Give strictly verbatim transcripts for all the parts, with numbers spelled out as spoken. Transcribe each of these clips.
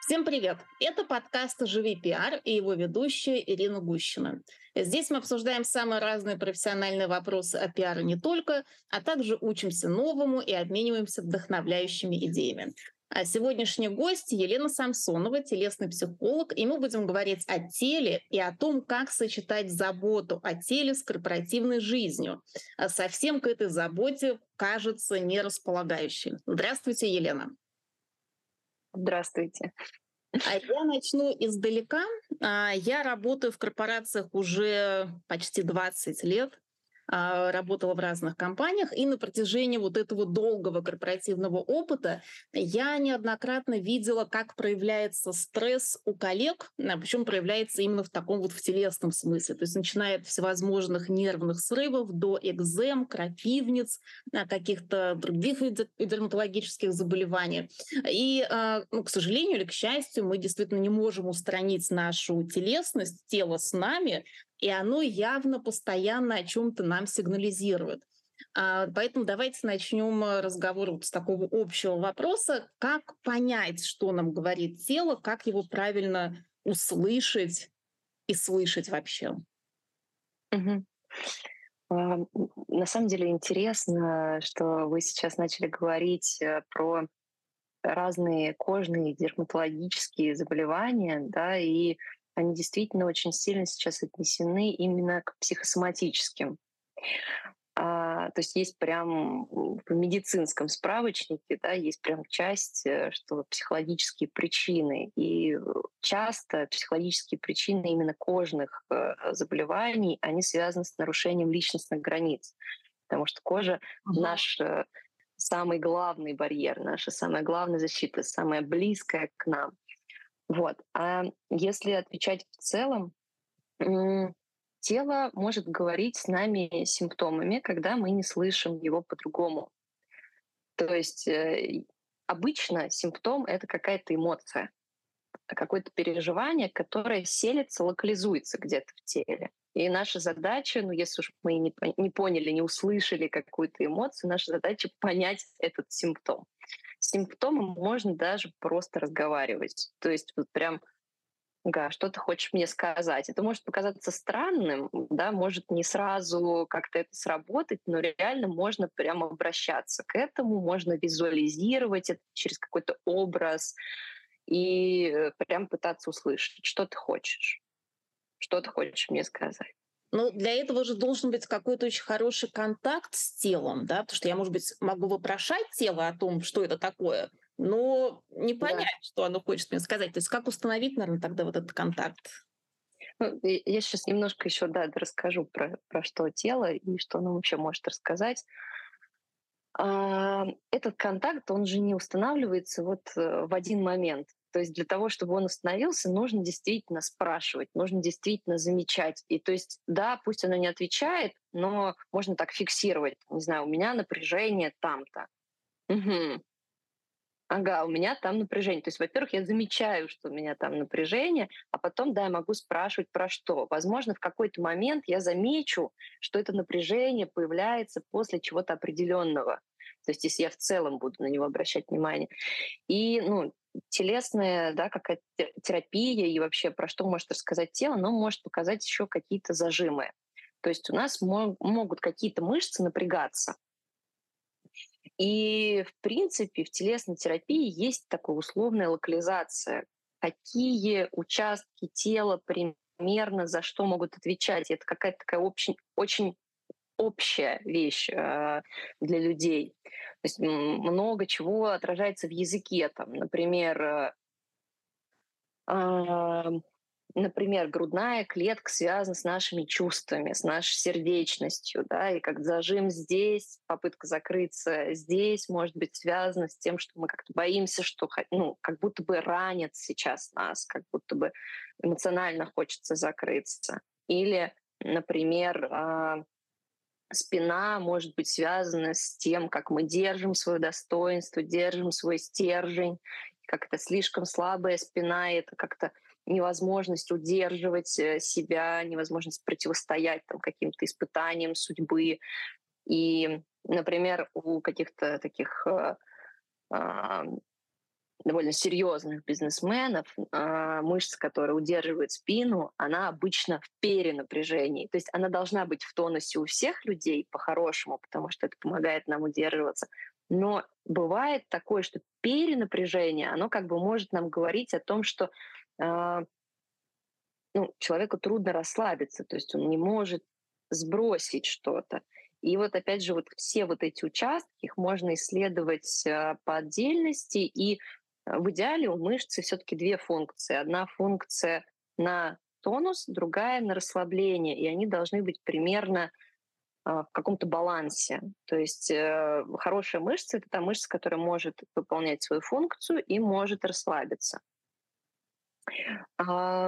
Всем привет! Это подкаст «Живи пиар» и его ведущая Ирина Гущина. Здесь мы обсуждаем самые разные профессиональные вопросы о пиаре не только, а также учимся новому и обмениваемся вдохновляющими идеями. А сегодняшний гость — Елена Самсонова, телесный психолог, и мы будем говорить о теле и о том, как сочетать заботу о теле с корпоративной жизнью. А совсем к этой заботе кажется не располагающей. Здравствуйте, Елена. Здравствуйте. А я начну издалека. А, Я работаю в корпорациях уже почти двадцать лет. А, Работала в разных компаниях, и на протяжении вот этого долгого корпоративного опыта я неоднократно видела, как проявляется стресс у коллег, причем проявляется именно в таком вот в телесном смысле. То есть начиная от всевозможных нервных срывов до экзем, крапивниц, а, каких-то других иде- дерматологических заболеваний. И, а, ну, к сожалению или к счастью, мы действительно не можем устранить нашу телесность, тело с нами, и оно явно постоянно о чем-то нам сигнализирует. А, Поэтому давайте начнем э, разговор вот с такого общего вопроса. Как понять, что нам говорит тело, как его правильно услышать и слышать вообще? Мгм. А, м, На самом деле интересно, что вы сейчас начали говорить э, про разные кожные дерматологические заболевания, да, и они действительно очень сильно сейчас отнесены именно к психосоматическим. А, то есть есть прям в медицинском справочнике, да, есть прям часть, э, что психологические причины. И э, часто психологические причины именно кожных э, заболеваний, они связаны с нарушением личностных границ. Потому что кожа — Ага. наш э, самый главный барьер, наша самая главная защита, самая близкая к нам. Вот. А если отвечать в целом, М, тело может говорить с нами симптомами, когда мы не слышим его по-другому. То есть э, и обычно симптом — это какая-то эмоция, какое-то переживание, которое селится, локализуется где-то в теле. И наша задача, ну если уж мы не, пон- не поняли, не услышали какую-то эмоцию, наша задача — понять этот симптом. С симптомом можно даже просто разговаривать. То есть вот прям: Га, что ты хочешь мне сказать? Это может показаться странным, да, может не сразу как-то это сработать, но реально можно прямо обращаться к этому, можно визуализировать это через какой-то образ и э, прям пытаться услышать, что ты хочешь, что ты хочешь мне сказать. Ну, для этого же должен быть какой-то очень хороший контакт с телом, да, потому что я, может быть, могу вопрошать тело о том, что это такое, но не Да. понять, что оно хочет мне сказать. То есть как установить, наверное, тогда вот этот контакт? Ну, и я сейчас немножко еще, да, расскажу про, про что тело и что оно вообще может рассказать. А, этот контакт, он же не устанавливается вот э, в один момент. То есть для того, чтобы он установился, нужно действительно спрашивать, нужно действительно замечать. И то есть, да, пусть оно не отвечает, но можно так фиксировать. Не знаю, у меня напряжение там-то. Мгм. Ага, у меня там напряжение. То есть, во-первых, я замечаю, что у меня там напряжение, а потом, да, я могу спрашивать про что. Возможно, в какой-то момент я замечу, что это напряжение появляется после чего-то определенного. То есть, если я в целом буду на него обращать внимание. И, ну, телесная, да, какая-то те- терапия и вообще про что может рассказать тело, но может показать еще какие-то зажимы. То есть у нас мо- могут какие-то мышцы напрягаться, и, в принципе, в телесной терапии есть такая условная локализация. Какие участки тела примерно за что могут отвечать. Это какая-то такая очень, очень общая вещь э, для людей. То есть м, много чего отражается в языке. Там, например, э, а, например, грудная клетка связана с нашими чувствами, с нашей сердечностью, да, и как зажим здесь, попытка закрыться здесь может быть связана с тем, что мы как-то боимся, что, хо- ну, как будто бы ранят сейчас нас, как будто бы эмоционально хочется закрыться. Или, например, а, спина может быть связана с тем, как мы держим свое достоинство, держим свой стержень, как это слишком слабая спина, и это как-то невозможность удерживать э, себя, невозможность противостоять там, каким-то испытаниям судьбы. И, например, у каких-то таких э, а, довольно серьезных бизнесменов, а, мышца, которая удерживает спину, она обычно в перенапряжении. То есть она должна быть в тонусе у всех людей по-хорошему, потому что это помогает нам удерживаться. Но бывает такое, что перенапряжение, оно как бы может нам говорить о том, что а, ну, человеку трудно расслабиться, то есть он не может сбросить что-то. И вот опять же, вот все вот эти участки, их можно исследовать а, по отдельности, и а, в идеале у мышцы все таки две функции. Одна функция на тонус, другая на расслабление, и они должны быть примерно а, в каком-то балансе. То есть э, хорошая мышца — это та мышца, которая может выполнять свою функцию и может расслабиться. А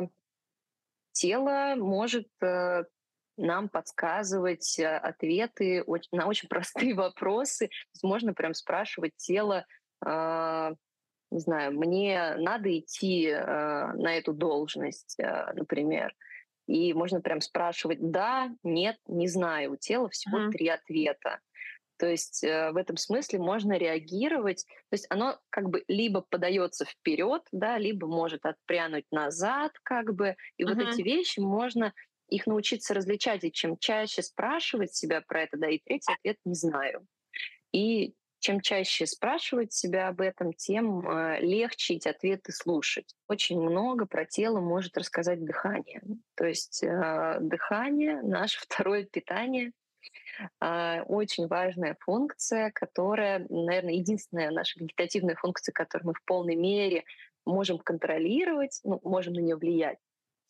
тело может э, нам подсказывать э, ответы оч- на очень простые вопросы. То есть можно прям спрашивать тело, а, не знаю, мне надо идти э, на эту должность, э, например. И можно прям спрашивать да, нет, не знаю. У тела всего Мгм. три ответа. То есть э, в этом смысле можно реагировать. То есть оно как бы либо подается вперед, да, либо может отпрянуть назад, как бы. И вот эти Мгм. вещи можно их научиться различать. И чем чаще спрашивать себя про это, да, и третий ответ не знаю. И чем чаще спрашивать себя об этом, тем э, легче эти ответы слушать. Очень много про тело может рассказать дыхание. То есть э, дыхание — наше второе питание, а, очень важная функция, которая, наверное, единственная наша вегетативная функция, которую мы в полной мере можем контролировать, ну, можем на нее влиять.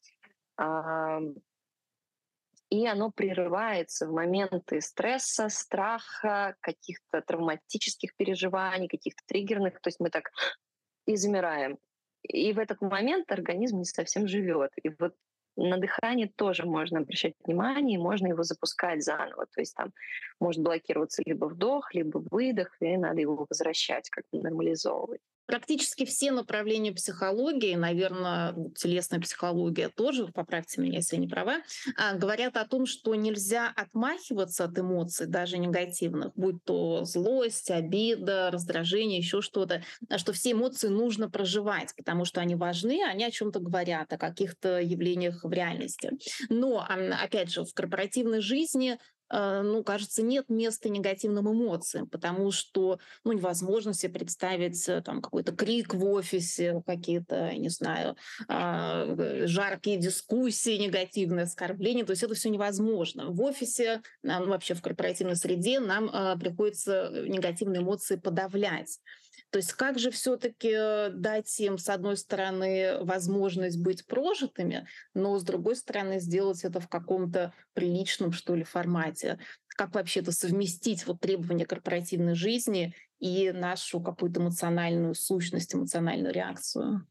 А, И оно прерывается в моменты стресса, страха, каких-то травматических переживаний, каких-то триггерных. То есть мы так и замираем. И в этот момент организм не совсем живет. И вот на дыхание тоже можно обращать внимание, и можно его запускать заново. То есть там может блокироваться либо вдох, либо выдох, и надо его возвращать, как-то нормализовывать. Практически все направления психологии, наверное, телесная психология тоже, поправьте меня, если я не права, а, говорят о том, что нельзя отмахиваться от эмоций, даже негативных, будь то злость, обида, раздражение, еще что-то, а что все эмоции нужно проживать, потому что они важны, они о чем-то говорят, о каких-то явлениях в реальности. Но, ам, опять же, в корпоративной жизни э, ну, кажется, нет места негативным эмоциям, потому что ну, невозможно себе представить э, там какой-то крик в офисе, какие-то, я не знаю, а, э, жаркие дискуссии, негативные оскорбления. То есть это все невозможно. В офисе, а, ну, вообще в корпоративной среде нам а, приходится негативные эмоции подавлять. То есть как же все-таки дать им, с одной стороны, возможность быть прожитыми, но с другой стороны сделать это в каком-то приличном, что ли, формате? Как вообще это совместить, вот требования корпоративной жизни и нашу какую-то эмоциональную сущность, эмоциональную реакцию?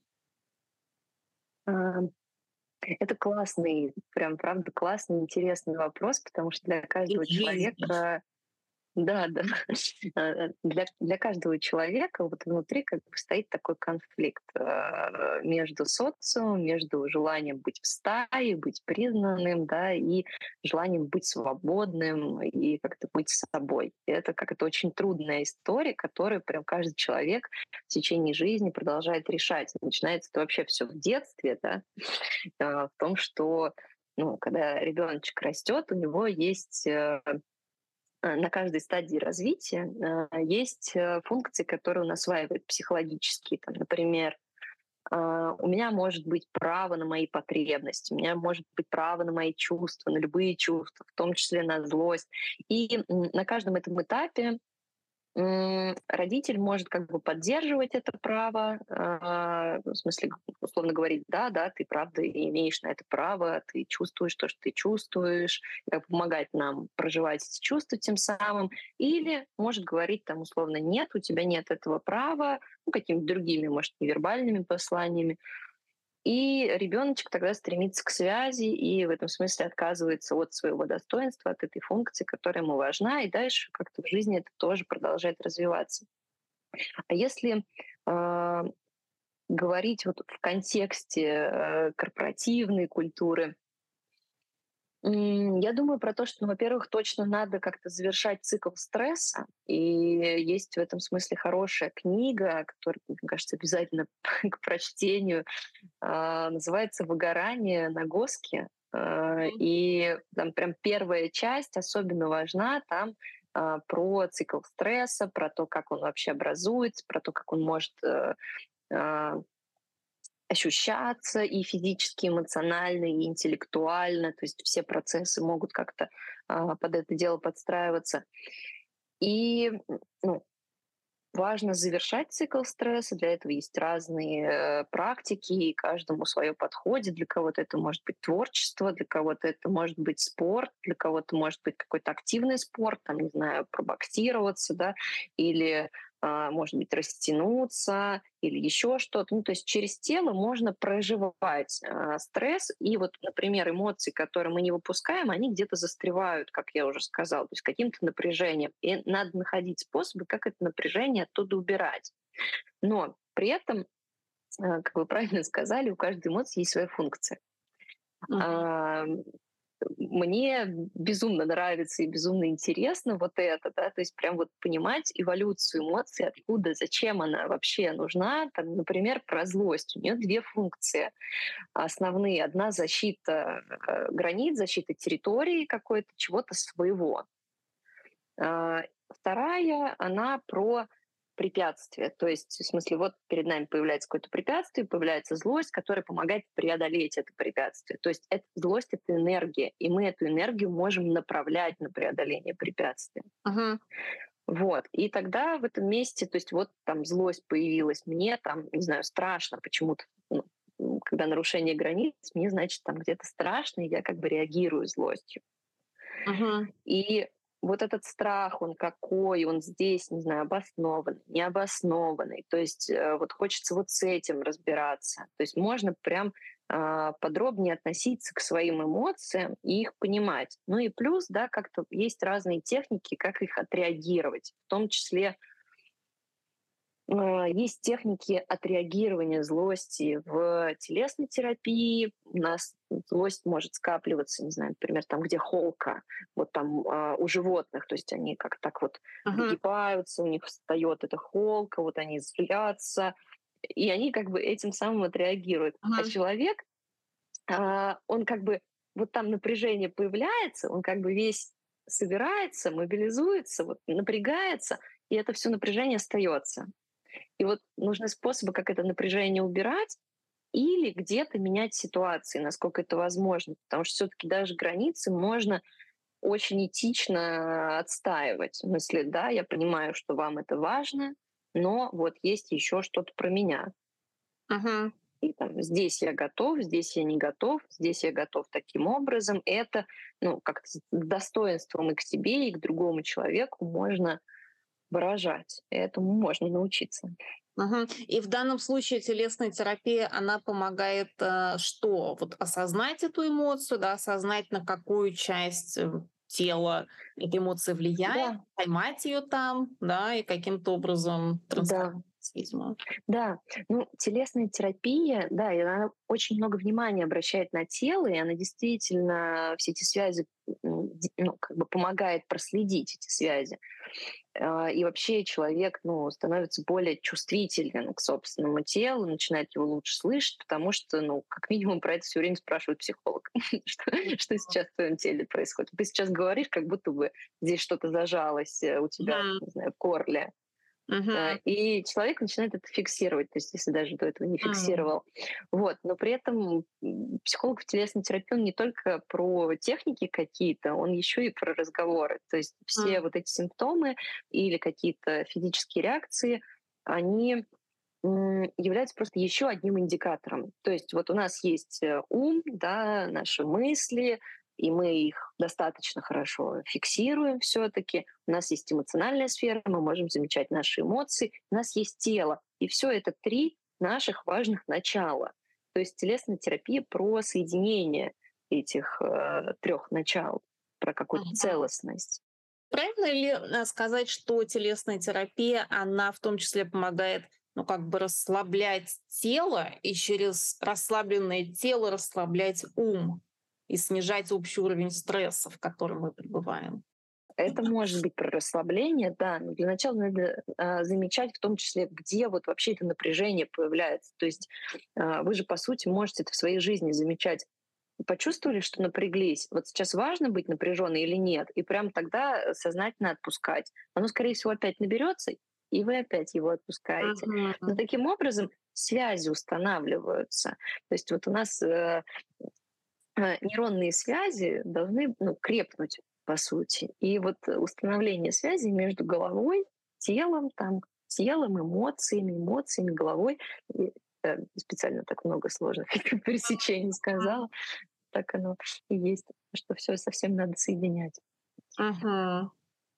А, Это классный, прям правда классный, интересный вопрос, потому что для Из каждого жизни. человека. Да, да. Э, Для, для каждого человека вот внутри как бы стоит такой конфликт э, между социумом, между желанием быть в стае, быть признанным, да, и желанием быть свободным и как-то быть собой. И это как это очень трудная история, которую прям каждый человек в течение жизни продолжает решать. Начинается это вообще все в детстве, да, э, в том, что ну, когда ребеночек растет, у него есть э, э, на каждой стадии развития э, есть э, функции, которые он осваивает психологические. Там, например, а, у меня может быть право на мои потребности, у меня может быть право на мои чувства, на любые чувства, в том числе на злость. И м, на каждом этом этапе М, родитель может как бы поддерживать это право, а, в смысле, условно говорить, да, да, ты правда имеешь на это право, ты чувствуешь то, что ты чувствуешь, и как бы помогать нам проживать эти чувства тем самым. Или может говорить там условно, нет, у тебя нет этого права, ну, какими-то другими, может, невербальными посланиями. И ребеночек тогда стремится к связи и в этом смысле отказывается от своего достоинства, от этой функции, которая ему важна, и дальше как-то в жизни это тоже продолжает развиваться. А если а, говорить вот в контексте э, корпоративной культуры, М, Я думаю про то, что, ну, во-первых, точно надо как-то завершать цикл стресса. И есть в этом смысле хорошая книга, которая, мне кажется, обязательно к прочтению. А, Называется «Выгорание на Госке». А, Мгм. И там прям первая часть особенно важна. Там а, про цикл стресса, про то, как он вообще образуется, про то, как он может э, а, ощущаться и физически, эмоционально, и интеллектуально. То есть все процессы могут как-то а, под это дело подстраиваться. И м, ну, важно завершать цикл стресса. Для этого есть разные э, практики, и каждому свое подходит. Для кого-то это может быть творчество, для кого-то это может быть спорт, для кого-то может быть какой-то активный спорт, там, не знаю, пробоксироваться, да, или а, может быть, растянуться или еще что-то. Ну, то есть через тело можно проживать а, стресс. И вот, например, эмоции, которые мы не выпускаем, они где-то застревают, как я уже сказала, то есть каким-то напряжением. И надо находить способы, как это напряжение оттуда убирать. Но при этом, а, как вы правильно сказали, у каждой эмоции есть своя функция. Мгм. А, Мне безумно нравится и безумно интересно вот это, да, то есть прям вот понимать эволюцию эмоций, откуда, зачем она вообще нужна. Там, например, про злость. У нее две функции основные. Одна — защита э, границ, защита территории какой-то, чего-то своего. А, Вторая, она про препятствие. То есть, в смысле, вот перед нами появляется какое-то препятствие, появляется злость, которая помогает преодолеть это препятствие. То есть эта злость — это энергия, и мы эту энергию можем направлять на преодоление препятствия. Мгм. Вот. И тогда в этом месте, то есть вот там злость появилась, мне там, не знаю, страшно почему-то, ну, м, когда нарушение границ, мне, значит, там где-то страшно, и я как бы реагирую злостью. Мгм. И вот этот страх, он какой, он здесь, не знаю, обоснованный, необоснованный. То есть э, вот хочется вот с этим разбираться. То есть можно прям а, подробнее относиться к своим эмоциям и их понимать. Ну и плюс, да, как-то есть разные техники, как их отреагировать, в том числе а, есть техники отреагирования злости в телесной терапии. У нас злость может скапливаться, не знаю, например, там, где холка, вот там а, у животных, то есть они как так вот Мгм. выгибаются, у них встает эта холка, вот они злятся, и они как бы этим самым отреагируют. А Мгм. человек, а, он как бы вот там напряжение появляется, он как бы весь собирается, мобилизуется, вот напрягается, и это все напряжение остается. И вот нужны способы, как это напряжение убирать или где-то менять ситуации, насколько это возможно. Потому что все-таки даже границы можно очень этично отстаивать. В смысле, да, я понимаю, что вам это важно, но вот есть еще что-то про меня. Мгм. И там здесь я готов, здесь я не готов, здесь я готов таким образом. Это, ну, как-то с достоинством и к себе, и к другому человеку можно выражать. И этому можно научиться. Мгм. И в данном случае телесная терапия, она помогает, э, что? Вот осознать эту эмоцию, да, осознать, на какую часть э, тела эта эмоция влияет, Да, поймать ее там, да, и каким-то образом да. трансформировать, видимо. Да, ну, телесная терапия, да, и она очень много внимания обращает на тело, и она действительно все эти связи, м, ди- ну, как бы помогает проследить эти связи. А, И вообще человек, ну, становится более чувствителен к собственному телу, начинает его лучше слышать, потому что, ну, как минимум про это все время спрашивает психолог, что, что сейчас в твоем теле происходит. Ты сейчас говоришь, как будто бы здесь что-то зажалось э, у тебя, Мгм. не знаю, в горле. Э, Мгм. и человек начинает это фиксировать, то есть если даже до этого не М. фиксировал. Вот. Но при этом м, психолог в телесной терапии, он не только про техники какие-то, он еще и про разговоры. То есть все М. вот эти симптомы или какие-то физические реакции, они м, являются просто еще одним индикатором. То есть вот у нас есть э, ум, да, наши мысли, и мы их достаточно хорошо фиксируем все-таки. У нас есть эмоциональная сфера, мы можем замечать наши эмоции. У нас есть тело. И все это три наших важных начала. То есть телесная терапия про соединение этих э, трех начал, про какую-то Мгм. целостность. Правильно ли э, сказать, что телесная терапия, она в том числе помогает, ну, как бы расслаблять тело и через расслабленное тело расслаблять ум? и снижать общий уровень стресса, в котором мы пребываем. Это может быть про расслабление, да, но для начала надо а, замечать в том числе, где вот вообще это напряжение появляется. То есть а, вы же, по сути, можете это в своей жизни замечать. Почувствовали, что напряглись? Вот сейчас важно быть напряженной или нет? И прям тогда сознательно отпускать. Оно, скорее всего, опять наберется, и вы опять его отпускаете. Но Мгм. таким образом связи устанавливаются. То есть вот у нас э, э, нейронные связи должны ну, крепнуть, по сути. И вот установление связи между головой, телом, там, телом, эмоциями, эмоциями, головой. И, э, специально так много сложных пересечений сказала. Так оно и есть, что все совсем надо соединять. Мгм.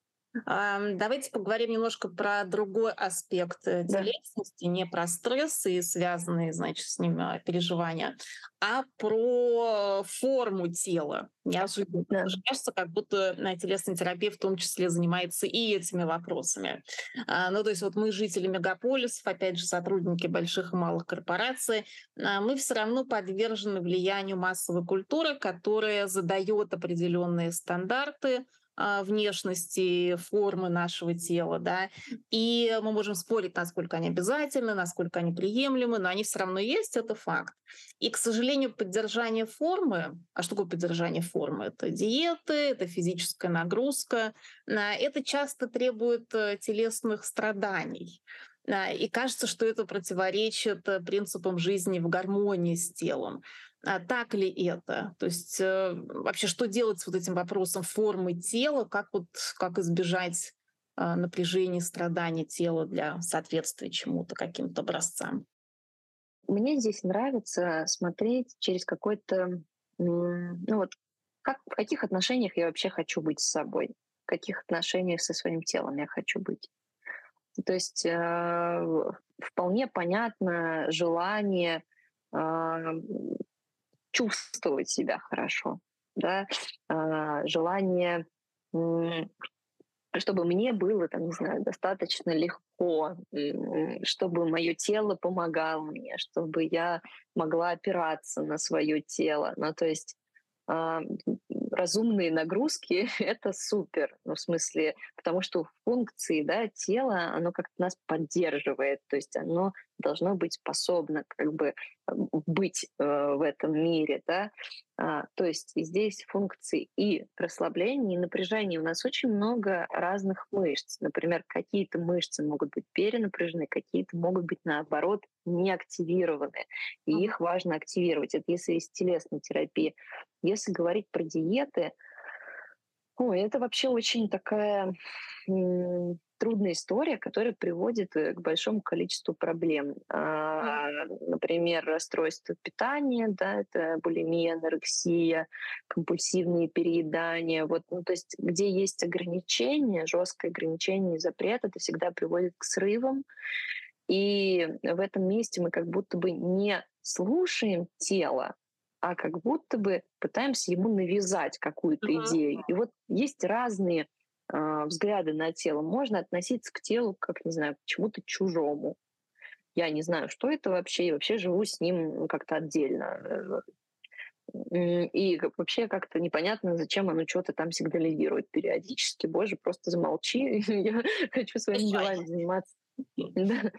Ам, давайте поговорим немножко про другой аспект э, Да, телесности, не про стресс и связанные, значит, с ним а, переживания, а про форму тела. Неожиданно. да. Потому что кажется, как будто э, телесная терапия в том числе занимается и этими вопросами. А, ну, то есть вот мы, жители мегаполисов, опять же, сотрудники больших и малых корпораций, а, мы все равно подвержены влиянию массовой культуры, которая задает определенные стандарты, а, внешности, формы нашего тела, да, и мы можем спорить, насколько они обязательны, насколько они приемлемы, но они все равно есть, это факт. И, к сожалению, поддержание формы, а что такое поддержание формы? Это диеты, это физическая нагрузка, а, это часто требует э, телесных страданий. А, И кажется, что это противоречит э, принципам жизни в гармонии с телом. А так ли это? То есть э, вообще что делать с вот этим вопросом формы тела, как вот как избежать а, напряжения, страданий тела для соответствия чему-то, каким-то образцам? Мне здесь нравится смотреть через какой-то, м, ну вот, как, в каких отношениях я вообще хочу быть с собой, в каких отношениях со своим телом я хочу быть. То есть э, вполне понятно желание а, чувствовать себя хорошо, да, а, желание, м, чтобы мне было, там, не знаю, достаточно легко, м, чтобы мое тело помогало мне, чтобы я могла опираться на свое тело. Ну, то есть а, разумные нагрузки — это супер. Ну, в смысле, потому что функции, да, тела, оно как-то нас поддерживает, то есть оно должно быть способно как бы м, быть э, в этом мире, да. А, то есть и здесь функции и расслабления, и напряжения. У нас очень много разных мышц. Например, какие-то мышцы могут быть перенапряжены, какие-то могут быть, наоборот, не активированы. И Мгм. их важно активировать. Это если есть телесная терапия. Если говорить про диеты, ой, это вообще очень такая м, трудная история, которая приводит э, к большому количеству проблем. Мгм. А, Например, расстройство питания, да, это булимия, анорексия, компульсивные переедания. Вот, ну, то есть, где есть ограничения, жесткое ограничение и запрет, это всегда приводит к срывам. И в этом месте мы как будто бы не слушаем тело, а как будто бы пытаемся ему навязать какую-то Мгм. идею. И вот есть разные а, взгляды на тело. Можно относиться к телу как, не знаю, к чему-то чужому. Я не знаю, что это вообще, и вообще живу с ним ну, как-то отдельно. М, И как- вообще как-то непонятно, зачем оно что-то там сигнализирует периодически. Боже, просто замолчи, я хочу своими Мешай. делами заниматься. Да.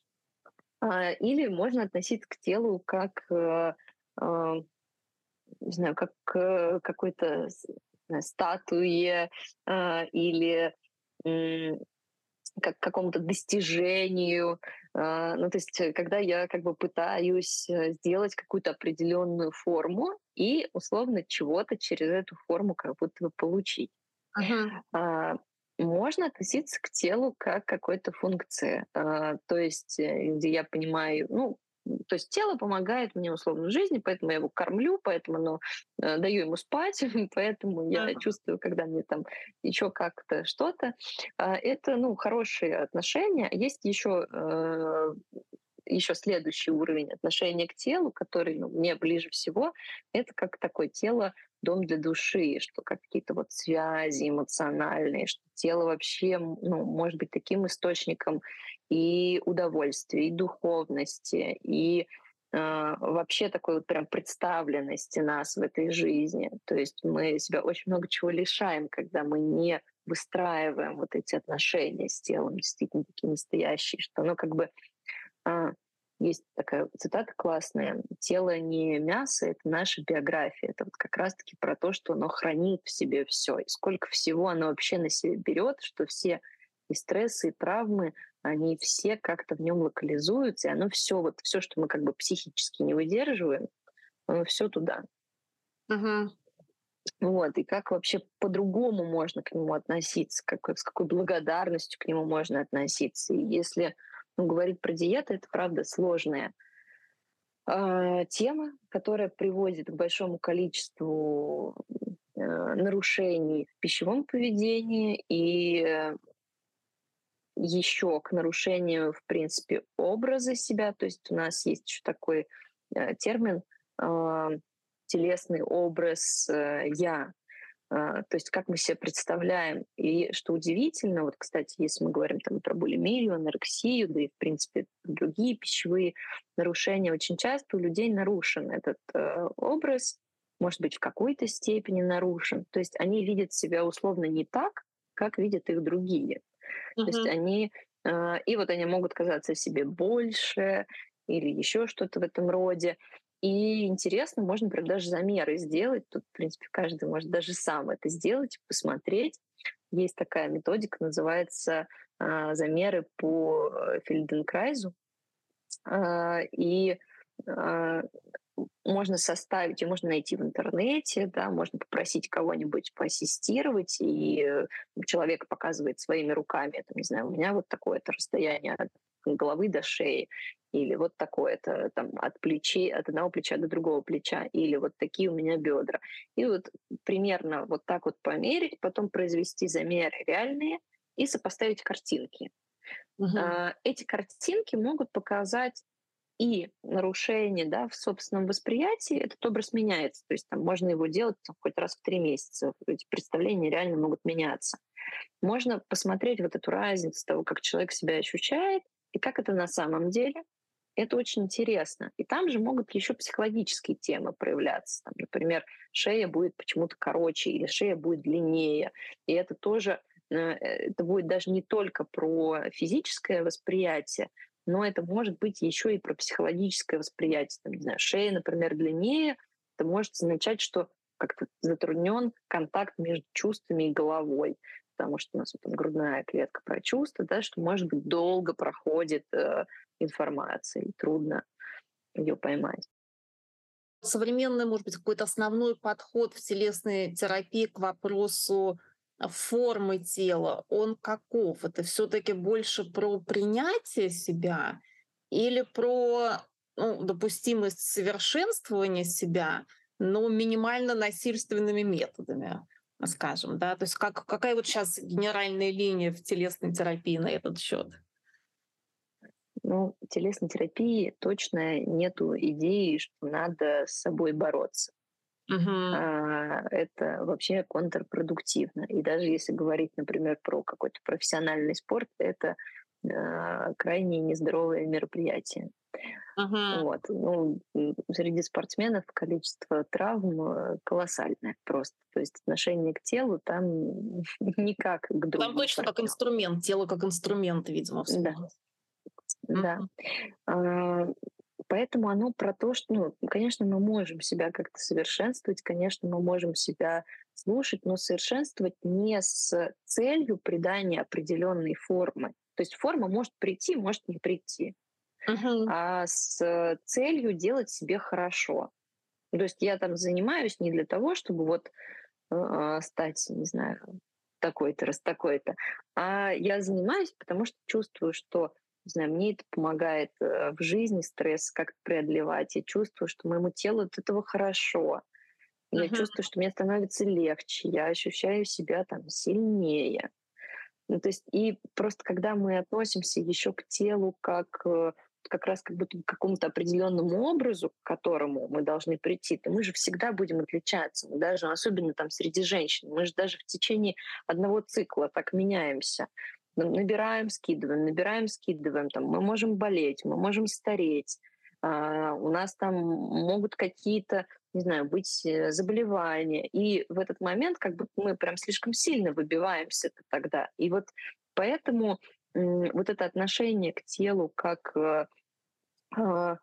А, Или можно относиться к телу как, э, а, не знаю, как к какой-то с не знаю, статуе, а, или, м, как к какому-то достижению. А, ну, то есть, э, когда я как бы пытаюсь, э, сделать какую-то определенную форму и условно чего-то через эту форму как будто бы получить. Мгм. А, Можно относиться к телу как к какой-то функции. А, то есть, э, где я понимаю, ну, м, то есть тело помогает мне условно в жизни, поэтому я его кормлю, поэтому оно, э, даю ему спать, поэтому я Мгм. чувствую, когда мне там еще как-то что-то. А, это, ну, хорошие отношения. Есть еще э, еще следующий уровень отношения к телу, который ну, мне ближе всего, это как такое тело дом для души, что как какие-то вот связи эмоциональные, что тело вообще м, ну, может быть таким источником и удовольствия, и духовности, и а, вообще такой вот прям представленности нас в этой жизни. То есть мы себя очень много чего лишаем, когда мы не выстраиваем вот эти отношения с телом, действительно такие настоящие, что оно как бы а, есть такая цитата классная: «Тело не мясо, это наша биография». Это вот как раз-таки про то, что оно хранит в себе все. И сколько всего оно вообще на себе берет, что все и стрессы, и травмы, они все как-то в нем локализуются, и оно все, вот все, что мы как бы психически не выдерживаем, оно все туда. Мгм. Вот, и как вообще по-другому можно к нему относиться, как, с какой благодарностью к нему можно относиться. И если ну, говорить про диету, это правда сложная а, тема, которая приводит к большому количеству э, нарушений в пищевом поведении и э, еще к нарушению, в принципе, образа себя. То есть у нас есть еще такой э, термин а, телесный образ э, я. А, то есть как мы себе представляем. И что удивительно, вот, кстати, если мы говорим там про булимию, анорексию, да и, в принципе, другие пищевые нарушения, очень часто у людей нарушен этот э, образ, может быть, в какой-то степени нарушен. То есть они видят себя условно не так, как видят их другие. То есть Мгм. они, э, и вот они могут казаться себе больше или еще что-то в этом роде. И интересно, можно прям даже замеры сделать. Тут, в принципе, каждый может даже сам это сделать, посмотреть. Есть такая методика, называется а, замеры по э, Фельденкрайзу. А, И а, можно составить, ее можно найти в интернете, да, можно попросить кого-нибудь поассистировать, и э, человек показывает своими руками, там, не знаю, у меня вот такое-то расстояние от головы до шеи, или вот такое-то там от плечей, от одного плеча до другого плеча, или вот такие у меня бедра. И вот примерно вот так вот померить, потом произвести замеры реальные и сопоставить картинки. Мгм. А, Эти картинки могут показать и нарушение, да, в собственном восприятии, этот образ меняется. То есть там можно его делать там, хоть раз в три месяца. Эти представления реально могут меняться. Можно посмотреть вот эту разницу того, как человек себя ощущает и как это на самом деле. Это очень интересно. И там же могут еще психологические темы проявляться. Там, например, шея будет почему-то короче или шея будет длиннее. И это тоже э, это будет даже не только про физическое восприятие, но это может быть еще и про психологическое восприятие. Там, не знаю, шея, например, длиннее, это может означать, что как-то затруднен контакт между чувствами и головой, потому что у нас вот там грудная клетка про чувства, да, что, может быть, долго проходит э, информация, и трудно ее поймать. Современный, может быть, какой-то основной подход в телесной терапии к вопросу а, формы тела, он каков? Это все таки больше про принятие себя или про, ну, допустимость совершенствования себя, но минимально насильственными методами, скажем, да? То есть как какая вот сейчас генеральная линия в телесной терапии на этот счет? Ну, телесной терапии точно нету идеи, что надо с собой бороться. А, Это вообще контрпродуктивно. И даже если говорить, например, про какой-то профессиональный спорт, это а, крайне нездоровое мероприятие. Мгм. Вот. Ну, м, среди спортсменов количество травм э, колоссальное просто. То есть отношение к телу там никак к Там другу точно как партнеру. инструмент, тело как инструмент, видимо, Да, вспомнилось. да. А, Поэтому оно про то, что, ну, конечно, мы можем себя как-то совершенствовать, конечно, мы можем себя слушать, но совершенствовать не с целью придания определенной формы. То есть форма может прийти, может не прийти, Мгм. а с целью делать себе хорошо. Ну, то есть я там занимаюсь не для того, чтобы вот а, стать, не знаю, такой-то, раз такой-то, а я занимаюсь, потому что чувствую, что, не знаю, мне это помогает э, в жизни стресс как-то преодолевать. Я чувствую, что моему телу от этого хорошо. Я Мгм. чувствую, что мне становится легче, я ощущаю себя там сильнее. Ну, то есть и просто когда мы относимся еще к телу как э, как раз как будто к какому-то определенному образу, к которому мы должны прийти, то мы же всегда будем отличаться. Мы даже, особенно там среди женщин, мы же даже в течение одного цикла так меняемся. Н- Набираем, скидываем, набираем, скидываем. Там, мы можем болеть, мы можем стареть. а, у нас там могут какие-то, не знаю, быть э, заболевания. И в этот момент как бы мы прям слишком сильно выбиваемся тогда. И вот поэтому м, вот это отношение к телу как э, а,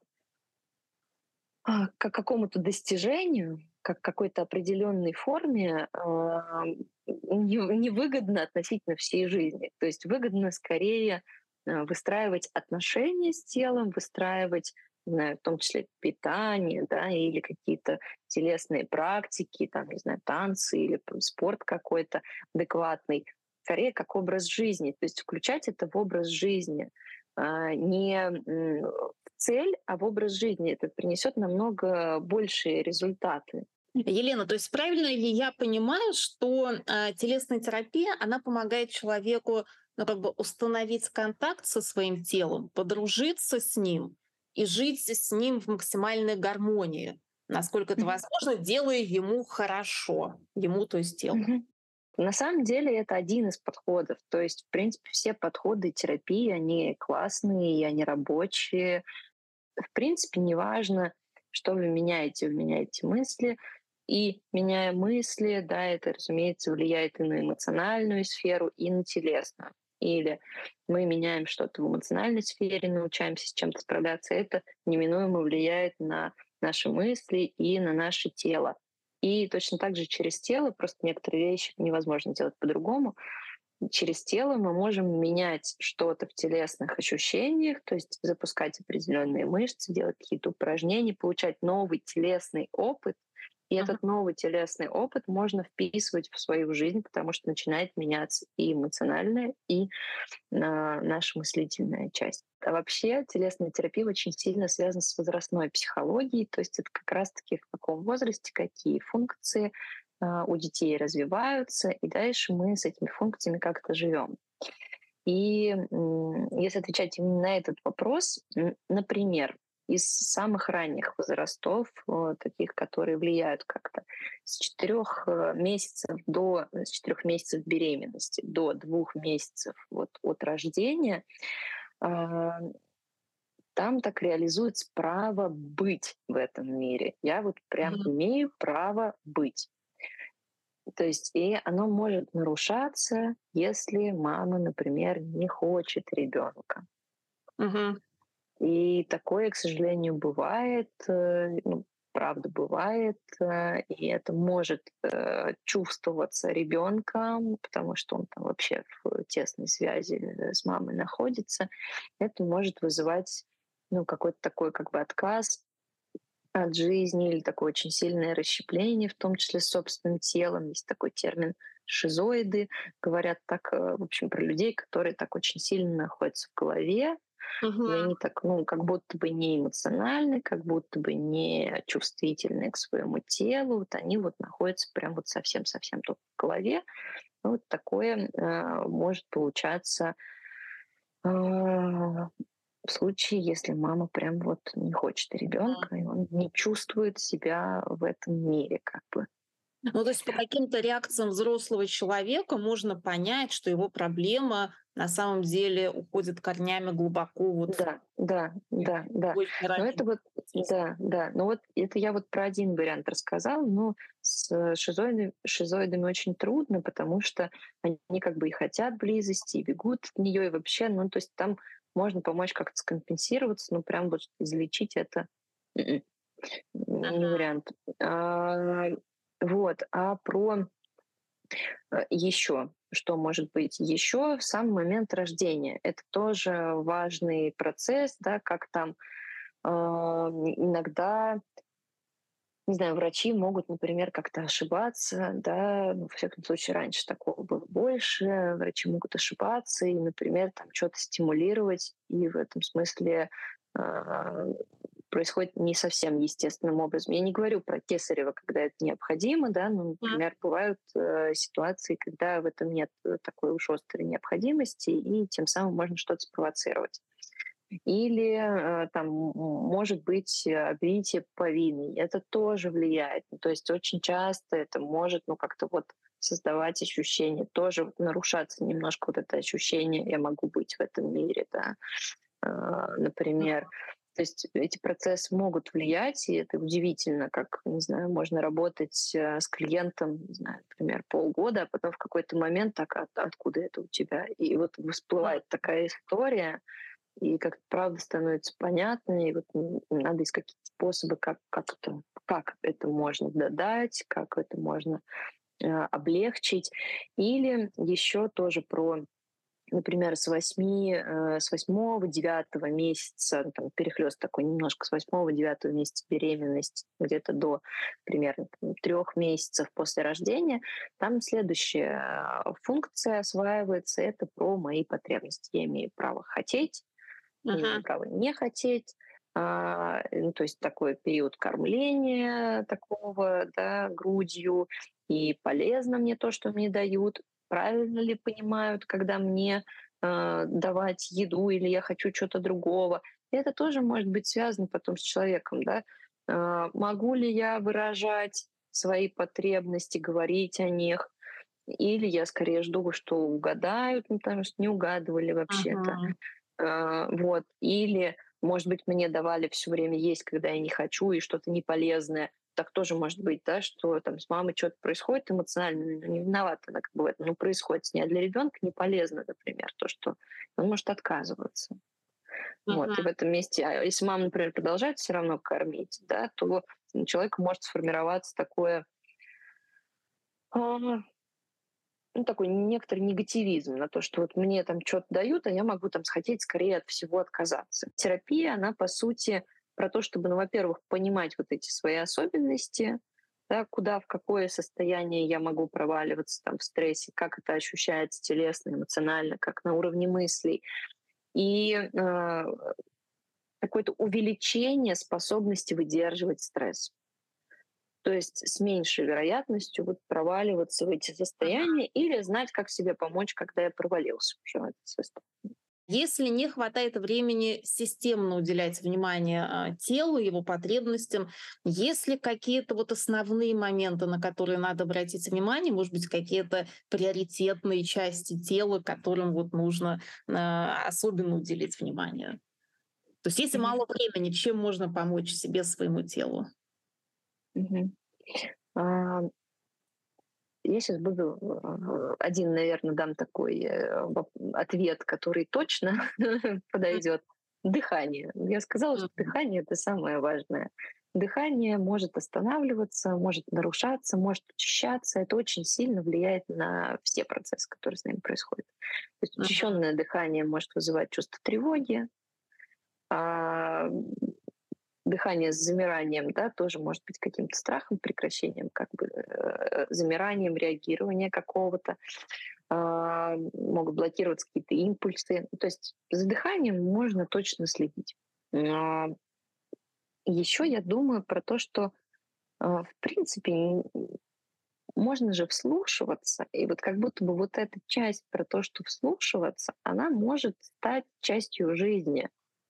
а, как какому-то достижению, как к какой-то определенной форме, а, не невыгодно относительно всей жизни. То есть выгодно скорее а, выстраивать отношения с телом, выстраивать, не знаю, в том числе питание, да, или какие-то телесные практики, там, не знаю, танцы или п- спорт какой-то адекватный, скорее как образ жизни. То есть включать это в образ жизни, а, не м, цель, а в образ жизни. Это принесет намного большие результаты. Елена, то есть правильно ли я понимаю, что э, телесная терапия, она помогает человеку, ну, как бы установить контакт со своим телом, подружиться с ним и жить с ним в максимальной гармонии, насколько это Мгм. возможно, делая ему хорошо, ему, то есть телу. Мгм. На самом деле это один из подходов. То есть, в принципе, все подходы терапии, они классные, и они рабочие. В принципе, неважно, что вы меняете. Вы меняете мысли, и меняя мысли, да, это, разумеется, влияет и на эмоциональную сферу, и на телесную. Или мы меняем что-то в эмоциональной сфере, научаемся с чем-то справляться, это неминуемо влияет на наши мысли и на наше тело. И точно так же через тело, просто некоторые вещи невозможно делать по-другому, через тело мы можем менять что-то в телесных ощущениях, то есть запускать определенные мышцы, делать какие-то упражнения, получать новый телесный опыт. И Мгм. этот новый телесный опыт можно вписывать в свою жизнь, потому что начинает меняться и эмоциональная, и на наша мыслительная часть. А вообще телесная терапия очень сильно связана с возрастной психологией, то есть это как раз-таки в каком возрасте, какие функции а, у детей развиваются, и дальше мы с этими функциями как-то живем. И м, если отвечать именно на этот вопрос, м, например, из самых ранних возрастов, э, таких, которые влияют как-то, с четырех э, месяцев до с четырех месяцев беременности до двух месяцев вот от рождения, а, там так реализуется право быть в этом мире. Я вот прям Мгм. имею право быть. То есть и оно может нарушаться, если мама, например, не хочет ребенка. Мгм. И такое, к сожалению, бывает, э, ну, правда бывает, э, и это может э, чувствоваться ребенком, потому что он там вообще в тесной связи э, с мамой находится. Это может вызывать ну, какой-то такой как бы отказ от жизни или такое очень сильное расщепление, в том числе с собственным телом. Есть такой термин шизоиды. Говорят так, э, в общем, про людей, которые так очень сильно находятся в голове, и Мгм. они так, ну, как будто бы не эмоциональны, как будто бы не чувствительны к своему телу. Вот они вот находятся прям вот совсем-совсем тут в голове. Ну, вот такое э, может получаться а, в случае, если мама прям вот не хочет ребенка, и он не чувствует себя в этом мире, как бы. Ну, то есть по каким-то реакциям взрослого человека можно понять, что его проблема на самом деле уходит корнями глубоко вот в Да, да, да, да. очень Но ранний это вот, процесс. да, да. Но вот это я вот про один вариант рассказала, но с шизоидами, шизоидами очень трудно, потому что они как бы и хотят близости, и бегут от нее, и вообще, ну, то есть там можно помочь как-то скомпенсироваться, но прям вот излечить это м-м, не вариант. А, вот. А про еще что может быть еще в сам момент рождения? Это тоже важный процесс, да, как там а, иногда, не знаю, врачи могут, например, как-то ошибаться, да, ну, во всяком случае, раньше такого было больше, врачи могут ошибаться и, например, там что-то стимулировать, и в этом смысле а, происходит не совсем естественным образом. Я не говорю про кесарево, когда это необходимо, да, но, Мгм. например, бывают э, ситуации, когда в этом нет э, такой уж острой необходимости, и тем самым можно что-то спровоцировать. Или э, там м, может быть э, обвитие повинной. Это тоже влияет. Ну, то есть очень часто это может ну, как-то вот создавать ощущение, тоже вот нарушаться немножко вот это ощущение «я могу быть в этом мире», да, а, например. То есть эти процессы могут влиять, и это удивительно, как, не знаю, можно работать э, с клиентом, не знаю, например, полгода, а потом в какой-то момент так, «А откуда это у тебя?» И вот всплывает такая история, и как правда становится понятно, и вот м, надо искать какие-то способы, как, как, это, как это можно додать, как это можно э, облегчить. Или еще тоже про, например, с восьми, э, с восьмого, девятого месяца, ну, там, перехлест такой немножко, с восьмого, девятого месяца беременности, где-то до примерно трех месяцев после рождения, там следующая э, функция осваивается, это про мои потребности. Я имею право хотеть, я имею Мгм. право не хотеть. А, ну, то есть такой период кормления такого, да, грудью, и полезно мне то, что мне дают, правильно ли понимают, когда мне а, давать еду или я хочу чего-то другого. И это тоже может быть связано потом с человеком, да. А, могу ли я выражать свои потребности, говорить о них, или я скорее жду, что угадают, ну, потому что не угадывали вообще-то. Мгм. А, вот. Или, может быть, мне давали все время есть, когда я не хочу, и что-то неполезное. Так тоже может быть, да, что там с мамой что-то происходит эмоционально, ну, не виновата она как бы в этом, ну, происходит с ней. А для ребенка не полезно, например, то, что он может отказываться. Вот. И в Мгм. этом месте, а если мама, например, продолжает все равно кормить, да, то у человека может сформироваться такое а, ну, такой некоторый негативизм на то, что вот мне там что то дают, а я могу там схотеть скорее от всего отказаться. Терапия, она, по сути, про то, чтобы, ну, во-первых, понимать вот эти свои особенности, да, куда, в какое состояние я могу проваливаться там в стрессе, как это ощущается телесно, эмоционально, как на уровне мыслей. И э, какое-то увеличение способности выдерживать стресс. То есть с меньшей вероятностью вот проваливаться в эти состояния или знать, как себе помочь, когда я провалился уже в это состояние. Если не хватает времени системно уделять внимание а, телу, его потребностям, есть ли какие-то вот основные моменты, на которые надо обратить внимание, может быть, какие-то приоритетные части тела, которым вот нужно а, особенно уделить внимание? То есть если Мгм. мало времени, чем можно помочь себе, своему телу? Мгм. А, Я сейчас буду э, один, наверное, дам такой э, воп- ответ, который точно подойдет. Дыхание. Я сказала, что Мгм. дыхание это самое важное. Дыхание может останавливаться, может нарушаться, может учащаться. Это очень сильно влияет на все процессы, которые с нами происходят. То есть Мгм. учащенное дыхание может вызывать чувство тревоги, а дыхание с замиранием, да, тоже может быть каким-то страхом, прекращением, как бы э, замиранием реагирования какого-то. А, могут блокироваться какие-то импульсы. То есть за дыханием можно точно следить. А, Еще я думаю про то, что а, в принципе н- можно же вслушиваться, и вот как будто бы вот эта часть про то, что вслушиваться, она может стать частью жизни.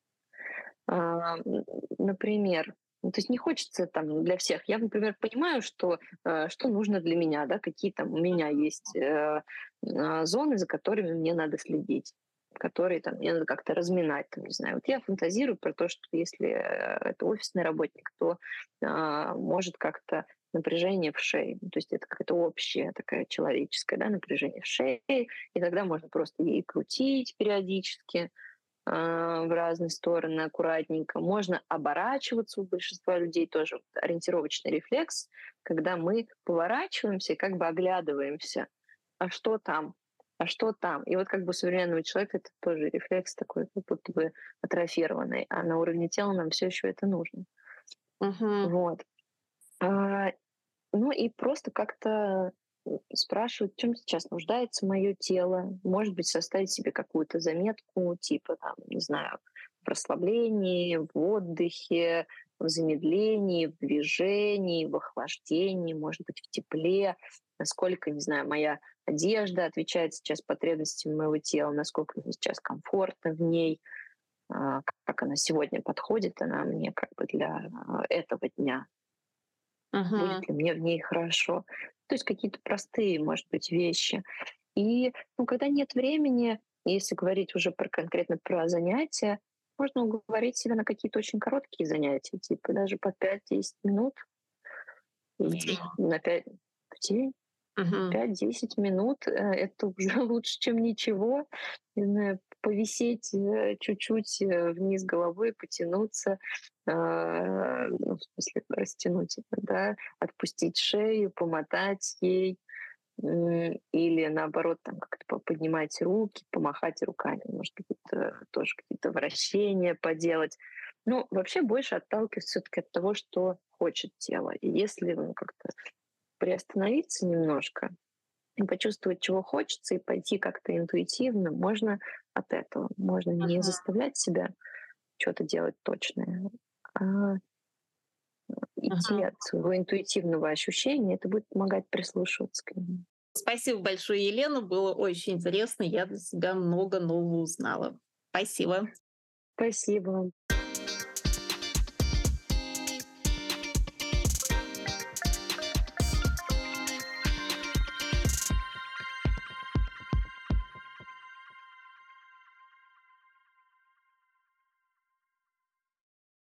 А, м, например, ну, то есть не хочется там для всех. Я, например, понимаю, что, э, что нужно для меня, да, какие там у меня есть э, а, зоны, за которыми мне надо следить, которые там мне надо как-то разминать, там, не знаю. Вот я фантазирую про то, что если э, это офисный работник, то а, может как-то напряжение в шее, ну, то есть это какая-то общая такая человеческое, да, напряжение в шее, и тогда можно просто ей крутить периодически, а, в разные стороны аккуратненько. Можно оборачиваться, у большинства людей тоже вот ориентировочный рефлекс, когда мы поворачиваемся и как бы оглядываемся. А что там? А что там? И вот как бы у современного человека это тоже рефлекс такой, как будто бы атрофированный, а на уровне тела нам все еще это нужно. Мгм. Вот. А, ну и просто как-то м, спрашивать, в чем сейчас нуждается мое тело. Может быть, составить себе какую-то заметку, типа, там, не знаю, в расслаблении, в отдыхе, в замедлении, в движении, в охлаждении, может быть, в тепле, насколько, не знаю, моя одежда отвечает сейчас потребностям моего тела, насколько мне сейчас комфортно в ней, а, как она сегодня подходит, она мне как бы для а, этого дня. Мгм. Будет ли мне в ней хорошо? То есть какие-то простые, может быть, вещи. И, ну, когда нет времени, если говорить уже про конкретно про занятия, можно уговорить себя на какие-то очень короткие занятия, типа даже по пять-десять минут. В И день. на пять в день. Мгм. пять-десять минут, э, это уже лучше, чем ничего. Не знаю, повисеть, э, чуть-чуть, э, вниз головой, потянуться, а, ну, в смысле, растянуть это, да, отпустить шею, помотать ей, м, или наоборот, там как-то по поднимать руки, помахать руками, может быть, это тоже какие-то вращения поделать. Ну, вообще больше отталкиваюсь все таки от того, что хочет тело. И если, ну, как-то приостановиться немножко и почувствовать, чего хочется, и пойти как-то интуитивно, можно от этого. Можно не Мгм. заставлять себя что-то делать точное, а идти Мгм. от своего интуитивного ощущения. Это будет помогать прислушиваться к нему. Спасибо большое, Елена. Было очень интересно. Я для себя много нового узнала. Спасибо. Спасибо вам.